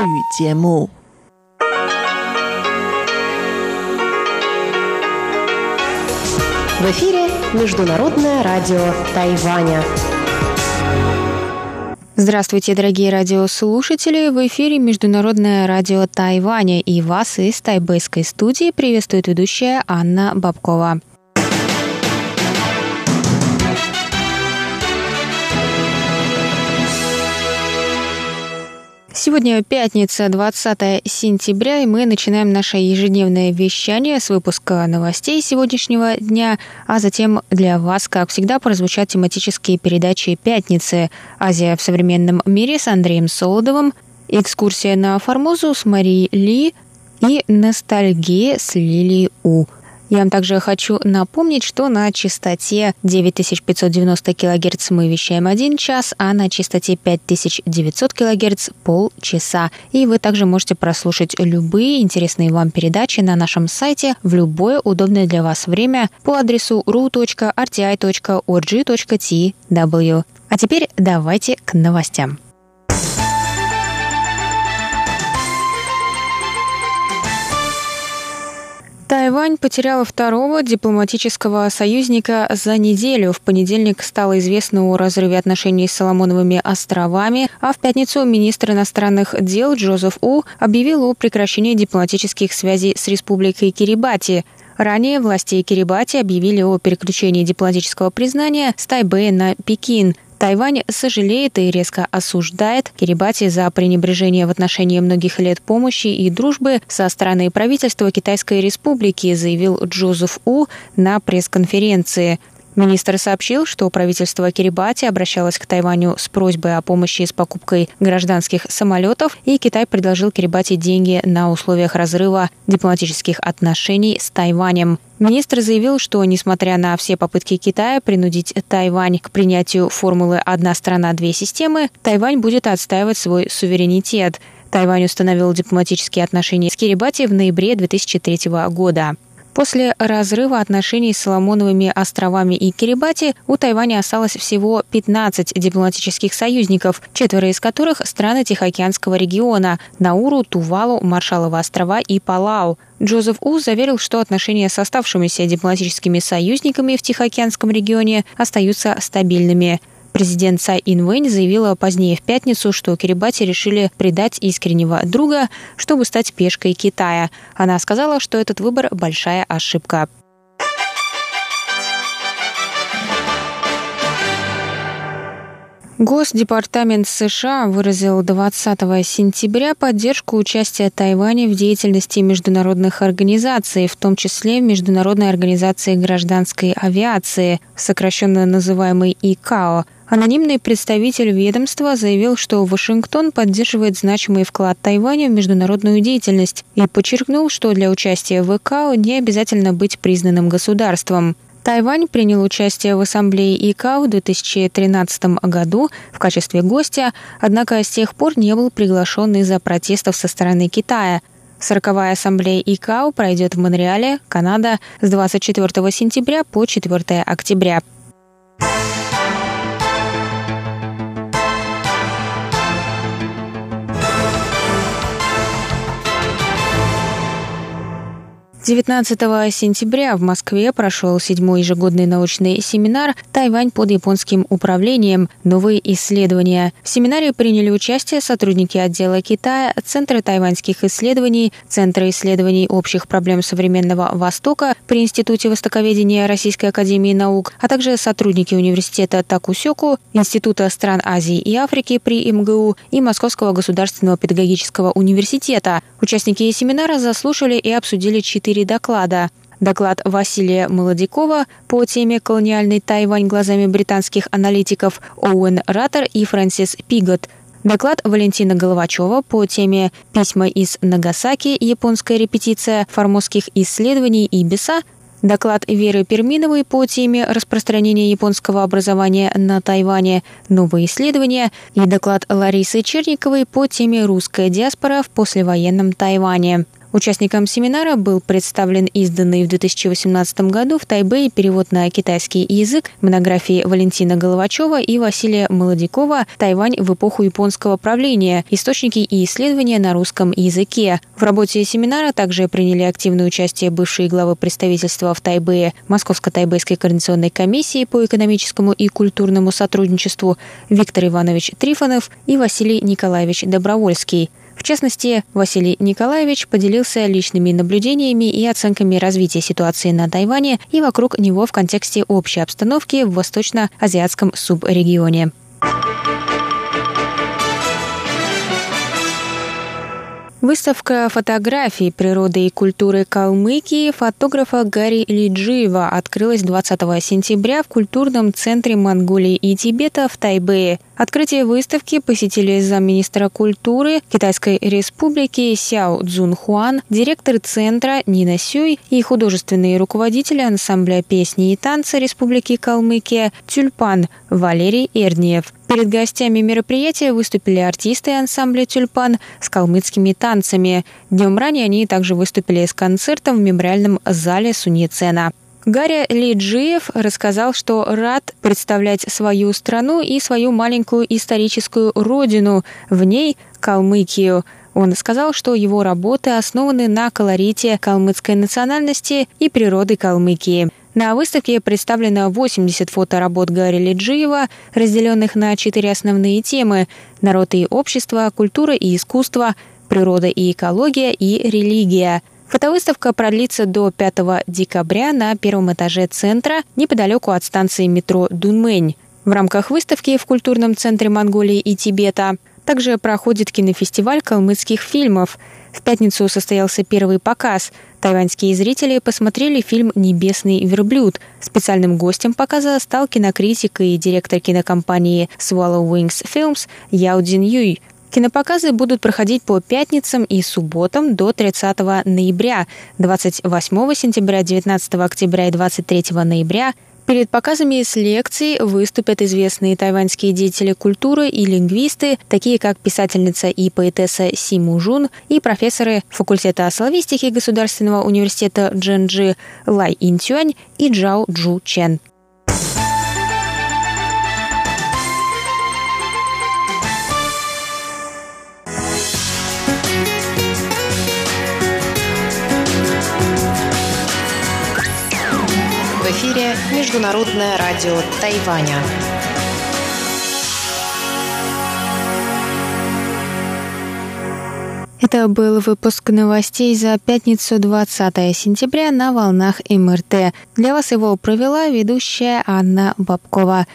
节目。 В эфире Международное радио Тайваня. Здравствуйте, дорогие радиослушатели! В эфире Международное радио Тайваня, и вас из тайбэйской студии приветствует ведущая Анна Бабкова. Сегодня пятница, 20 сентября, и мы начинаем наше ежедневное вещание с выпуска новостей сегодняшнего дня, а затем для вас, как всегда, прозвучат тематические передачи «Пятницы», «Азия в современном мире» с Андреем Солодовым, «Экскурсия на Формозу» с Марией Ли и «Ностальгия» с Лилией У. Я вам также хочу напомнить, что на частоте 9590 кГц мы вещаем 1 час, а на частоте 5900 кГц – полчаса. И вы также можете прослушать любые интересные вам передачи на нашем сайте в любое удобное для вас время по адресу ru.rti.org.tw. А теперь давайте к новостям. Тайвань потеряла второго дипломатического союзника за неделю. В понедельник стало известно о разрыве отношений с Соломоновыми островами, а в пятницу министр иностранных дел Джозеф У объявил о прекращении дипломатических связей с Республикой Кирибати. Ранее власти Кирибати объявили о переключении дипломатического признания с Тайбэя на Пекин. Тайвань сожалеет и резко осуждает Кирибати за пренебрежение в отношении многих лет помощи и дружбы со стороны правительства Китайской Республики, заявил Джозеф У на пресс-конференции. Министр сообщил, что правительство Кирибати обращалось к Тайваню с просьбой о помощи с покупкой гражданских самолетов, и Китай предложил Кирибати деньги на условиях разрыва дипломатических отношений с Тайванем. Министр заявил, что, несмотря на все попытки Китая принудить Тайвань к принятию формулы «одна страна, две системы», Тайвань будет отстаивать свой суверенитет. Тайвань установил дипломатические отношения с Кирибати в ноябре 2003 года. После разрыва отношений с Соломоновыми островами и Кирибати у Тайваня осталось всего 15 дипломатических союзников, 4 из которых – страны Тихоокеанского региона – Науру, Тувалу, Маршалловы острова и Палау. Джозеф У заверил, что отношения с оставшимися дипломатическими союзниками в Тихоокеанском регионе остаются стабильными. Президент Цай Инвэнь заявила позднее в пятницу, что Кирибати решили предать искреннего друга, чтобы стать пешкой Китая. Она сказала, что этот выбор – большая ошибка. Госдепартамент США выразил 20 сентября поддержку участия Тайваня в деятельности международных организаций, в том числе Международной организации гражданской авиации, сокращенно называемой ИКАО. Анонимный представитель ведомства заявил, что Вашингтон поддерживает значимый вклад Тайваня в международную деятельность и подчеркнул, что для участия в ИКАО не обязательно быть признанным государством. Тайвань принял участие в ассамблее ИКАО в 2013 году в качестве гостя, однако с тех пор не был приглашен из-за протестов со стороны Китая. 40-я ассамблея ИКАО пройдет в Монреале, Канада, с 24 сентября по 4 октября. С 19 сентября в Москве прошел 7-й ежегодный научный семинар «Тайвань под японским управлением. Новые исследования». В семинаре приняли участие сотрудники отдела Китая, Центра тайваньских исследований, Центра исследований общих проблем современного Востока при Институте востоковедения Российской академии наук, а также сотрудники университета Такусёку, Института стран Азии и Африки при МГУ и Московского государственного педагогического университета. Участники семинара заслушали и обсудили 4 доклада. Доклад Василия Молодякова по теме «Колониальный Тайвань глазами британских аналитиков» Оуэн Раттер и Фрэнсис Пигот. Доклад Валентина Головачева по теме «Письма из Нагасаки. Японская репетиция формозских исследований Ибиса». Доклад Веры Перминовой по теме «Распространение японского образования на Тайване. Новые исследования» и доклад Ларисы Черниковой по теме «Русская диаспора в послевоенном Тайване». Участникам семинара был представлен изданный в 2018 году в Тайбэе перевод на китайский язык монографии Валентина Головачева и Василия Молодякова «Тайвань в эпоху японского правления. Источники и исследования на русском языке». В работе семинара также приняли активное участие бывшие главы представительства в Тайбэе Московско-Тайбэйской координационной комиссии по экономическому и культурному сотрудничеству Виктор Иванович Трифонов и Василий Николаевич Добровольский. В частности, Василий Николаевич поделился личными наблюдениями и оценками развития ситуации на Тайване и вокруг него в контексте общей обстановки в восточно-азиатском субрегионе. Выставка фотографий природы и культуры Калмыкии фотографа Гарри Лиджиева открылась 20 сентября в культурном центре Монголии и Тибета в Тайбэе. Открытие выставки посетили замминистра культуры Китайской республики Сяо Цзунхуан, директор центра Нина Сюй и художественный руководитель ансамбля песни и танца Республики Калмыкия «Тюльпан» Валерий Эрдниев. Перед гостями мероприятия выступили артисты ансамбля «Тюльпан» с калмыцкими танцами. Днем ранее они также выступили с концертом в мемориальном зале Суньяцена. Гарри Лиджиев рассказал, что рад представлять свою страну и свою маленькую историческую родину, в ней Калмыкию. Он сказал, что его работы основаны на колорите калмыцкой национальности и природы Калмыкии. На выставке представлено 80 фоторабот Гарри Лиджиева, разделенных на 4 основные темы – народ и общество, культура и искусство, природа и экология и религия. Фотовыставка продлится до 5 декабря на первом этаже центра, неподалеку от станции метро Дунмэнь. В рамках выставки в культурном центре Монголии и Тибета также проходит кинофестиваль калмыцких фильмов. В пятницу состоялся первый показ. Тайваньские зрители посмотрели фильм «Небесный верблюд». Специальным гостем показа стал кинокритик и директор кинокомпании Swallow Wings Films Яо Цзин Юй. Кинопоказы будут проходить по пятницам и субботам до 30 ноября, 28 сентября, 19 октября и 23 ноября. Перед показами с лекцией выступят известные тайваньские деятели культуры и лингвисты, такие как писательница и поэтесса Си Мужун и профессоры факультета славистики Государственного университета Чжэнджи Лай Интюань и Джао Джу Чен. В эфире Международное радио Тайваня. Это был выпуск новостей за пятницу 20 сентября на волнах МРТ. Для вас его провела ведущая Анна Бабкова.